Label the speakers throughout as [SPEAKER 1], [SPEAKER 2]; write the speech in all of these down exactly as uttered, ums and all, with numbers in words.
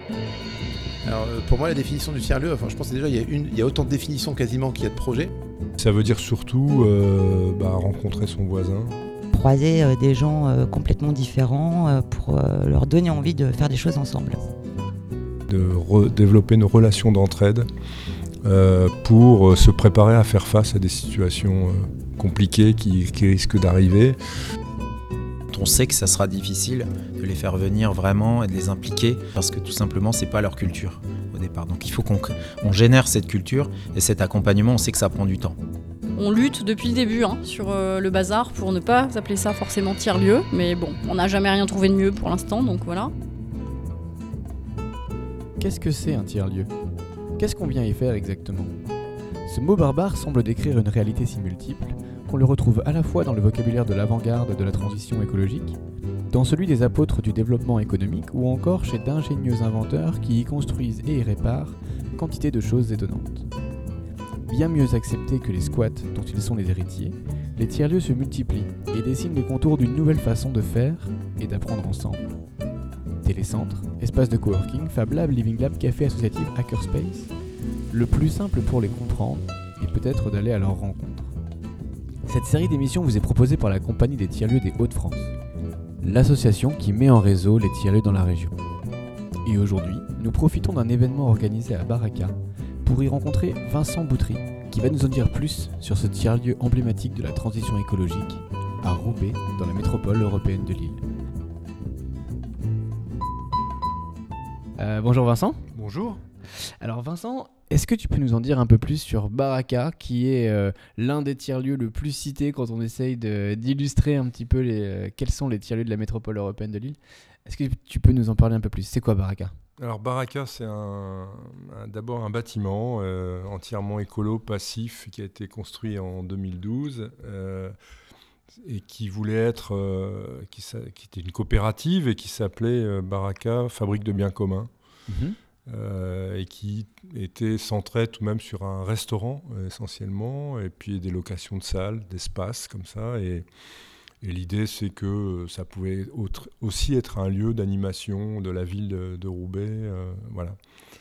[SPEAKER 1] Alors, pour moi, la définition du tiers-lieu, enfin, je pense que déjà, il y a, une, il y a autant de définitions quasiment qu'il y a de projets.
[SPEAKER 2] Ça veut dire surtout euh, bah, rencontrer son voisin.
[SPEAKER 3] Croiser euh, des gens euh, complètement différents euh, pour euh, leur donner envie de faire des choses ensemble.
[SPEAKER 2] De re- développer une relation d'entraide euh, pour euh, se préparer à faire face à des situations euh, compliquées qui, qui risquent d'arriver.
[SPEAKER 4] On sait que ça sera difficile de les faire venir vraiment et de les impliquer parce que tout simplement c'est pas leur culture au départ. Donc il faut qu'on on génère cette culture et cet accompagnement, on sait que ça prend du temps.
[SPEAKER 5] On lutte depuis le début hein, sur euh, le bazar pour ne pas appeler ça forcément tiers-lieu, mais bon, on n'a jamais rien trouvé de mieux pour l'instant, donc voilà.
[SPEAKER 6] Qu'est-ce que c'est un tiers-lieu ? Qu'est-ce qu'on vient y faire exactement ? Ce mot barbare semble décrire une réalité si multiple qu'on le retrouve à la fois dans le vocabulaire de l'avant-garde de la transition écologique, dans celui des apôtres du développement économique ou encore chez d'ingénieux inventeurs qui y construisent et y réparent quantité de choses étonnantes. Bien mieux acceptés que les squats dont ils sont les héritiers, les tiers-lieux se multiplient et dessinent les contours d'une nouvelle façon de faire et d'apprendre ensemble. Télécentre, espace de coworking, Fab Lab, Living Lab, café associatif, hackerspace, le plus simple pour les comprendre est peut-être d'aller à leur rencontre. Cette série d'émissions vous est proposée par la Compagnie des tiers-lieux des Hauts-de-France, l'association qui met en réseau les tiers-lieux dans la région. Et aujourd'hui, nous profitons d'un événement organisé à Baraka pour y rencontrer Vincent Boutry, qui va nous en dire plus sur ce tiers-lieu emblématique de la transition écologique à Roubaix, dans la métropole européenne de Lille. Euh, bonjour Vincent.
[SPEAKER 2] Bonjour.
[SPEAKER 6] Alors Vincent, est-ce que tu peux nous en dire un peu plus sur Baraka, qui est euh, l'un des tiers-lieux le plus cités quand on essaye de, d'illustrer un petit peu les, euh, quels sont les tiers-lieux de la métropole européenne de Lille ? Est-ce que tu peux nous en parler un peu plus ? C'est quoi Baraka ?
[SPEAKER 2] Alors Baraka, c'est un, un, d'abord un bâtiment euh, entièrement écolo, passif, qui a été construit en deux mille douze euh, et qui voulait être, euh, qui, qui était une coopérative et qui s'appelait euh, Baraka, Fabrique de biens communs. Mmh. Euh, et qui était centré tout de même sur un restaurant euh, essentiellement, et puis des locations de salles, d'espaces comme ça. Et, et l'idée, c'est que ça pouvait autre, aussi être un lieu d'animation de la ville de, de Roubaix. Euh, voilà.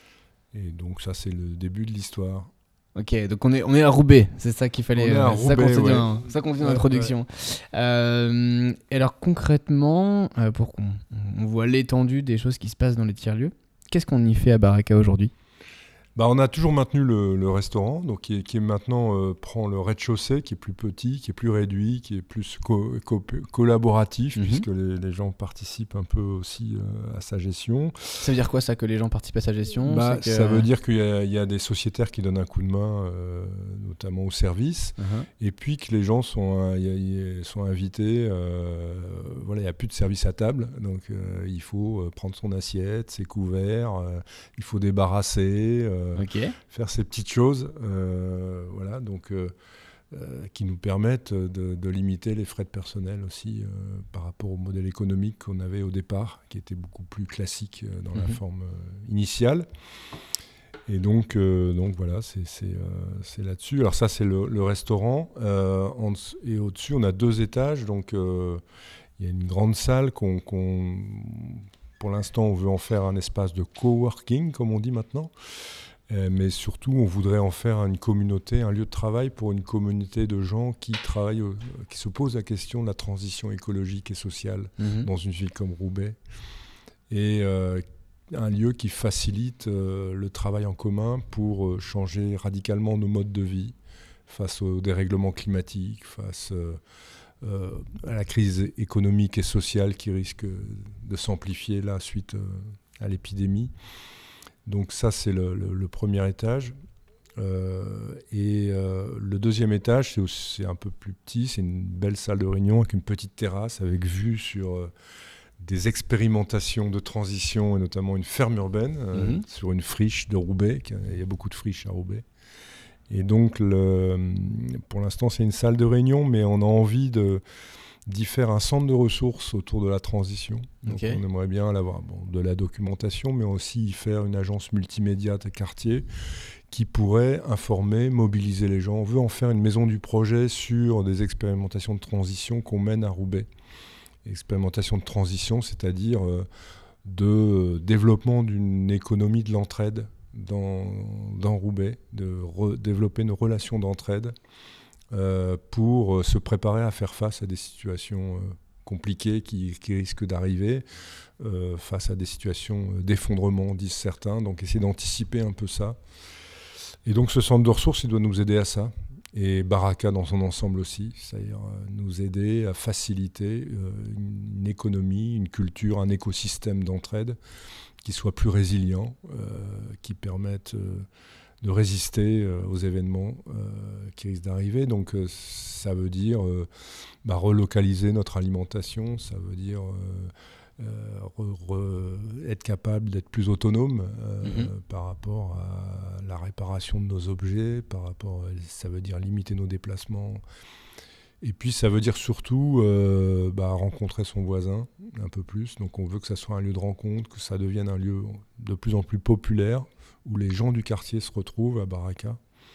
[SPEAKER 2] Et donc ça, c'est le début de l'histoire.
[SPEAKER 6] Ok, donc on est, on est à Roubaix, c'est ça qu'il fallait.
[SPEAKER 2] On est à
[SPEAKER 6] euh,
[SPEAKER 2] Roubaix,
[SPEAKER 6] ça qu'on s'est
[SPEAKER 2] ouais.
[SPEAKER 6] dit en, ça qu'on dit en
[SPEAKER 2] ouais,
[SPEAKER 6] introduction. Ouais. Euh, et alors concrètement, euh, pour qu'on on voit l'étendue des choses qui se passent dans les tiers-lieux, qu'est-ce qu'on y fait à Baraka aujourd'hui ?
[SPEAKER 2] Bah, on a toujours maintenu le, le restaurant, donc qui, est, qui est maintenant euh, prend le rez-de-chaussée, qui est plus petit, qui est plus réduit, qui est plus co- co- collaboratif, mm-hmm. puisque les, les gens participent un peu aussi euh, à sa gestion.
[SPEAKER 6] Ça veut dire quoi ça, que les gens participent à sa gestion ?
[SPEAKER 2] bah,
[SPEAKER 6] c'est que...
[SPEAKER 2] Ça veut dire qu'il y a, il y a des sociétaires qui donnent un coup de main, euh, notamment au service, uh-huh. et puis que les gens sont, euh, y a, y a, sont invités. Euh, voilà, il n'y a plus de service à table, donc euh, il faut euh, prendre son assiette, ses couverts, euh, il faut débarrasser. Euh,
[SPEAKER 6] Okay.
[SPEAKER 2] Faire ces petites choses euh, voilà, donc, euh, euh, qui nous permettent de, de limiter les frais de personnel aussi euh, par rapport au modèle économique qu'on avait au départ, qui était beaucoup plus classique euh, dans mm-hmm. la forme euh, initiale. Et donc, euh, donc voilà, c'est, c'est, euh, c'est là-dessus. Alors ça, c'est le, le restaurant. Euh, en, et au-dessus, on a deux étages. Donc, euh, il y a une grande salle qu'on, qu'on... Pour l'instant, on veut en faire un espace de coworking, comme on dit maintenant. Euh, mais surtout, on voudrait en faire une communauté, un lieu de travail pour une communauté de gens qui travaillent, euh, qui se posent la question de la transition écologique et sociale mmh. dans une ville comme Roubaix. Et euh, un lieu qui facilite euh, le travail en commun pour euh, changer radicalement nos modes de vie face au dérèglement climatique, face euh, euh, à la crise économique et sociale qui risque de s'amplifier là suite euh, à l'épidémie. Donc ça, c'est le, le, le premier étage. Euh, et euh, le deuxième étage, c'est, aussi, c'est un peu plus petit. C'est une belle salle de réunion avec une petite terrasse avec vue sur euh, des expérimentations de transition et notamment une ferme urbaine euh, mmh. sur une friche de Roubaix. Il y a beaucoup de friches à Roubaix. Et donc, le, pour l'instant, c'est une salle de réunion, mais on a envie de... d'y faire un centre de ressources autour de la transition. Donc okay. on aimerait bien l'avoir, bon, de la documentation, mais aussi y faire une agence multimédia de quartier qui pourrait informer, mobiliser les gens. On veut en faire une maison du projet sur des expérimentations de transition qu'on mène à Roubaix. Expérimentation de transition, c'est-à-dire euh, de développement d'une économie de l'entraide dans, dans Roubaix, de re- développer une relation d'entraide euh, pour se préparer à faire face à des situations euh, compliquées qui, qui risquent d'arriver, euh, face à des situations d'effondrement, disent certains, donc essayer d'anticiper un peu ça. Et donc ce centre de ressources, il doit nous aider à ça. Et Baraka dans son ensemble aussi, c'est-à-dire nous aider à faciliter euh, une économie, une culture, un écosystème d'entraide qui soit plus résilient, euh, qui permette euh, de résister euh, aux événements euh, qui risquent d'arriver. Donc euh, ça veut dire euh, bah, relocaliser notre alimentation, ça veut dire euh, euh, re, re, être capable d'être plus autonome euh, mm-hmm. par rapport à la réparation de nos objets, par rapport, ça veut dire limiter nos déplacements. Et puis ça veut dire surtout euh, bah, rencontrer son voisin un peu plus. Donc on veut que ça soit un lieu de rencontre, que ça devienne un lieu de plus en plus populaire, où les gens du quartier se retrouvent à Baraka.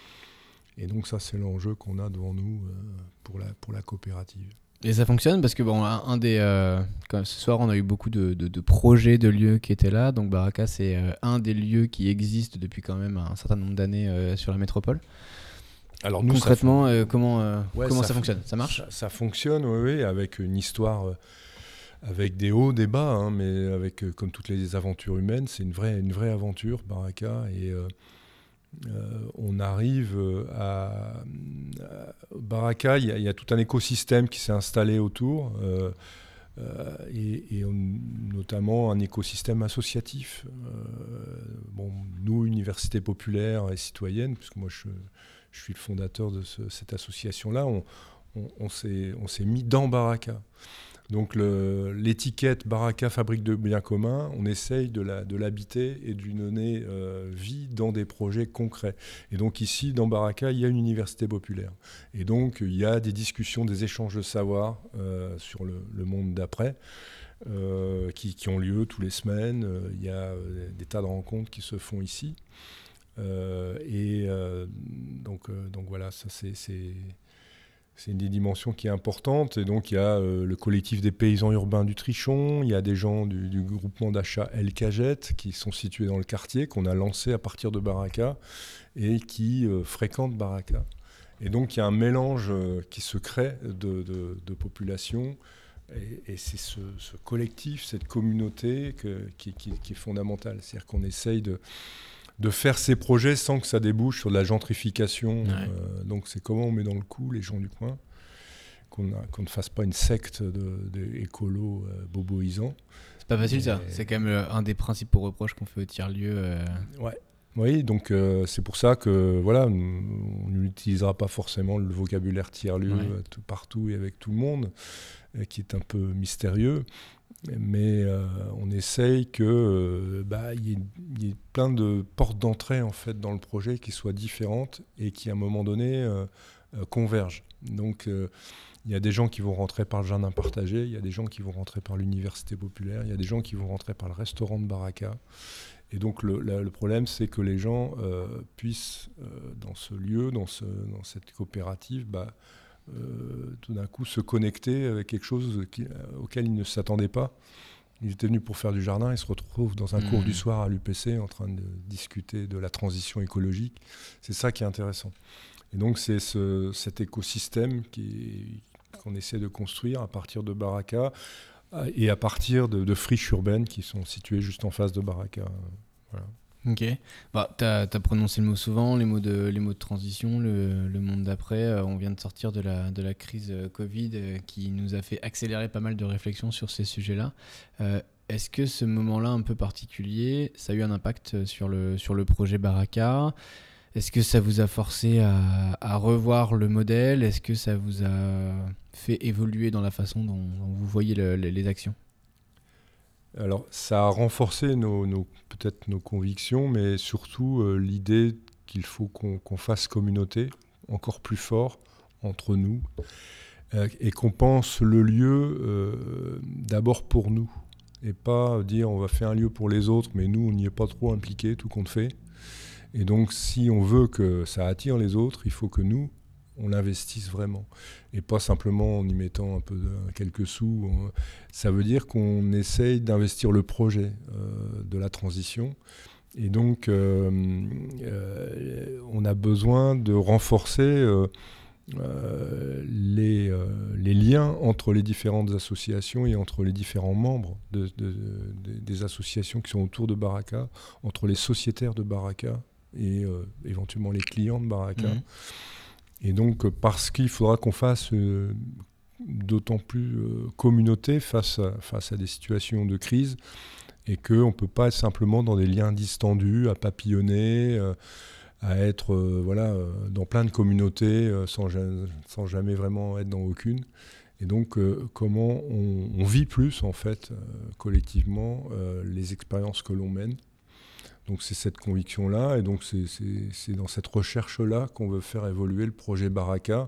[SPEAKER 2] Et donc ça, c'est l'enjeu qu'on a devant nous euh, pour, la, pour la coopérative.
[SPEAKER 6] Et ça fonctionne parce que bon, un, un des, euh, comme ce soir, on a eu beaucoup de, de, de projets de lieux qui étaient là. Donc Baraka, c'est euh, un des lieux qui existe depuis quand même un certain nombre d'années euh, sur la métropole. Alors nous, concrètement, ça, euh, comment, euh, ouais, comment ça, ça fonctionne ? Ça marche ?
[SPEAKER 2] ça, ça fonctionne, oui, oui, avec une histoire, euh, avec des hauts, des bas, hein, mais avec, euh, comme toutes les aventures humaines, c'est une vraie, une vraie aventure, Baraka. Et euh, euh, on arrive à, à Baraka, il y, y a tout un écosystème qui s'est installé autour, euh, euh, et, et on, notamment un écosystème associatif. Euh, bon, nous, Université populaire et citoyenne, puisque moi je Je suis le fondateur de ce, cette association-là. On, on, on, s'est, on s'est mis dans Baraka. Donc le, l'étiquette Baraka Fabrique de biens communs, on essaye de, la, de l'habiter et de lui donner euh, vie dans des projets concrets. Et donc ici, dans Baraka, il y a une université populaire. Et donc il y a des discussions, des échanges de savoir euh, sur le, le monde d'après. Euh, qui, qui ont lieu tous les semaines. Euh, il y a euh, des tas de rencontres qui se font ici. Euh, et euh, donc, euh, donc voilà, ça c'est, c'est, c'est une des dimensions qui est importante. Et donc il y a euh, le collectif des paysans urbains du Trichon, il y a des gens du, du groupement d'achat El Cagette qui sont situés dans le quartier, qu'on a lancé à partir de Baraka et qui euh, fréquentent Baraka. Et donc il y a un mélange euh, qui se crée de, de, de populations. Et, et c'est ce, ce collectif, cette communauté que, qui, qui, qui est fondamentale. C'est-à-dire qu'on essaye de de faire ces projets sans que ça débouche sur de la gentrification. Ouais. Euh, donc c'est comment on met dans le coup les gens du coin, qu'on, a, qu'on ne fasse pas une secte de, de écolos euh, boboisants.
[SPEAKER 6] C'est pas facile. Et ça, c'est quand même euh, un des principaux reproches qu'on fait au tiers-lieu. Euh...
[SPEAKER 2] Ouais. Oui, donc euh, c'est pour ça que voilà, on n'utilisera pas forcément le vocabulaire tiers-lieu ouais. tout, partout et avec tout le monde, euh, qui est un peu mystérieux. Mais euh, on essaye qu'il euh, bah, y, y ait plein de portes d'entrée en fait, dans le projet qui soient différentes et qui, à un moment donné, euh, euh, convergent. Donc, il euh, y a des gens qui vont rentrer par le jardin partagé, il y a des gens qui vont rentrer par l'université populaire, il y a des gens qui vont rentrer par le restaurant de Baraka. Et donc, le, la, le problème, c'est que les gens euh, puissent, euh, dans ce lieu, dans, ce, dans cette coopérative, bah, Euh, tout d'un coup se connecter avec quelque chose qui, euh, auquel ils ne s'attendaient pas. Ils étaient venus pour faire du jardin, ils se retrouvent dans un mmh. cours du soir à l'U P C en train de discuter de la transition écologique. C'est ça qui est intéressant. Et donc c'est ce, cet écosystème qui, qu'on essaie de construire à partir de Baraka et à partir de, de friches urbaines qui sont situées juste en face de Baraka. Voilà.
[SPEAKER 6] Ok, bah, tu as prononcé le mot souvent, les mots de, les mots de transition, le, le monde d'après. Euh, on vient de sortir de la, de la crise euh, Covid euh, qui nous a fait accélérer pas mal de réflexions sur ces sujets-là. Euh, est-ce que ce moment-là un peu particulier, ça a eu un impact sur le, sur le projet Baraka ? Est-ce que ça vous a forcé à, à revoir le modèle ? Est-ce que ça vous a fait évoluer dans la façon dont, dont vous voyez le, les, les actions ?
[SPEAKER 2] Alors, ça a renforcé nos, nos, peut-être nos convictions, mais surtout euh, l'idée qu'il faut qu'on, qu'on fasse communauté encore plus fort entre nous euh, et qu'on pense le lieu euh, d'abord pour nous et pas dire on va faire un lieu pour les autres, mais nous, on n'y est pas trop impliqués, tout compte fait. Et donc, si on veut que ça attire les autres, il faut que nous, on l'investisse vraiment. Et pas simplement en y mettant un peu de, quelques sous. On, ça veut dire qu'on essaye d'investir le projet euh, de la transition. Et donc, euh, euh, on a besoin de renforcer euh, euh, les, euh, les liens entre les différentes associations et entre les différents membres de, de, de, des associations qui sont autour de Baraka, entre les sociétaires de Baraka et euh, éventuellement les clients de Baraka. Mmh. Et donc, parce qu'il faudra qu'on fasse euh, d'autant plus euh, communauté face à, face à des situations de crise, et qu'on ne peut pas être simplement dans des liens distendus, à papillonner, euh, à être euh, voilà, euh, dans plein de communautés euh, sans, sans jamais vraiment être dans aucune. Et donc, euh, comment on, on vit plus, en fait, euh, collectivement, euh, les expériences que l'on mène. Donc, c'est cette conviction-là, et donc c'est, c'est, c'est dans cette recherche-là qu'on veut faire évoluer le projet Baraka,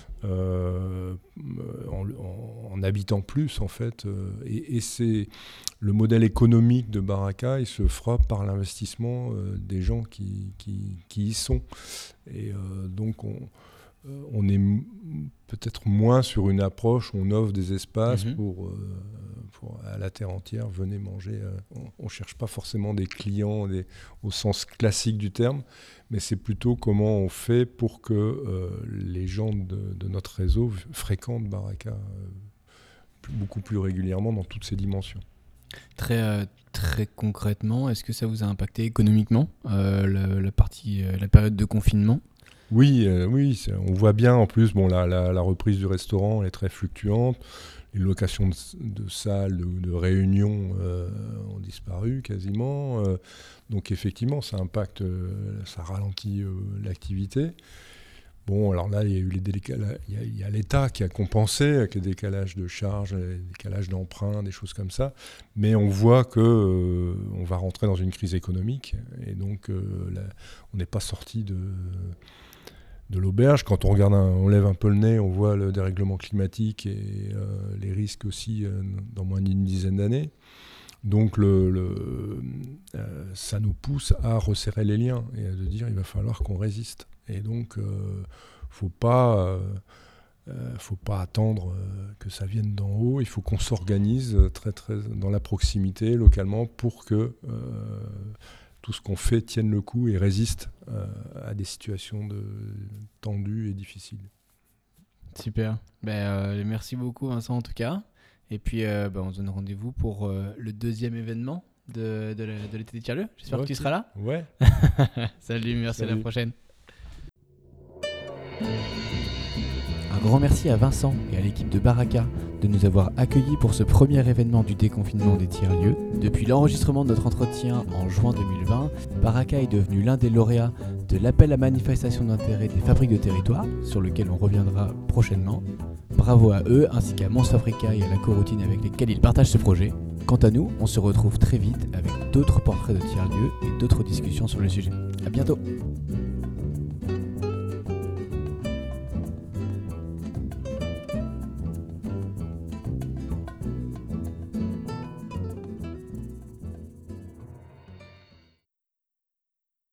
[SPEAKER 2] Euh, en, en, en habitant plus en fait euh, et, et c'est le modèle économique de Baraka, il se fera par l'investissement euh, des gens qui, qui, qui y sont, et euh, donc on, euh, on est m- peut-être moins sur une approche où on offre des espaces mmh. pour, euh, pour à la terre entière, venez manger, euh, on ne cherche pas forcément des clients des, au sens classique du terme, mais c'est plutôt comment on fait pour que euh, les gens de, de notre réseau fréquentent Baraka euh, plus, beaucoup plus régulièrement dans toutes ces dimensions.
[SPEAKER 6] Très, euh, très concrètement, est-ce que ça vous a impacté économiquement, euh, la, la, partie, euh, la période de confinement ?
[SPEAKER 2] Oui, euh, oui, on voit bien en plus, bon, la, la, la reprise du restaurant elle est très fluctuante. Les locations de, de salles, de, de réunions euh, ont disparu quasiment. Euh, donc effectivement, ça impacte, euh, ça ralentit euh, l'activité. Bon, alors là, il y a eu les décalages, il y a, il y a l'État qui a compensé avec les décalages de charges, les décalages d'emprunts, des choses comme ça. Mais on voit que euh, on va rentrer dans une crise économique, et donc euh, là, on n'est pas sorti de de l'auberge. Quand on regarde, un, on lève un peu le nez, on voit le dérèglement climatique et euh, les risques aussi euh, dans moins d'une dizaine d'années. Donc le, le, euh, ça nous pousse à resserrer les liens et à se dire il va falloir qu'on résiste. Et donc il euh, faut pas, euh, euh, faut pas attendre euh, que ça vienne d'en haut. Il faut qu'on s'organise très très dans la proximité localement pour que euh, tout ce qu'on fait tienne le coup et résiste euh, à des situations de, tendues et difficiles.
[SPEAKER 6] Super. Ben, euh, merci beaucoup Vincent en tout cas. Et puis euh, ben, on se donne rendez-vous pour euh, le deuxième événement de, de, la, de l'été des tiers-lieux. J'espère ouais, que tu seras là.
[SPEAKER 2] Ouais.
[SPEAKER 6] Salut, merci,
[SPEAKER 2] Salut.
[SPEAKER 6] À la prochaine. Un grand merci à Vincent et à l'équipe de Baraka de nous avoir accueillis pour ce premier événement du déconfinement des tiers-lieux. Depuis l'enregistrement de notre entretien en juin deux mille vingt, Baraka est devenu l'un des lauréats de l'appel à manifestation d'intérêt des fabriques de territoire, sur lequel on reviendra prochainement. Bravo à eux, ainsi qu'à Mons Fabrica et à la Coroutine avec lesquels ils partagent ce projet. Quant à nous, on se retrouve très vite avec d'autres portraits de tiers-lieux et d'autres discussions sur le sujet. À bientôt.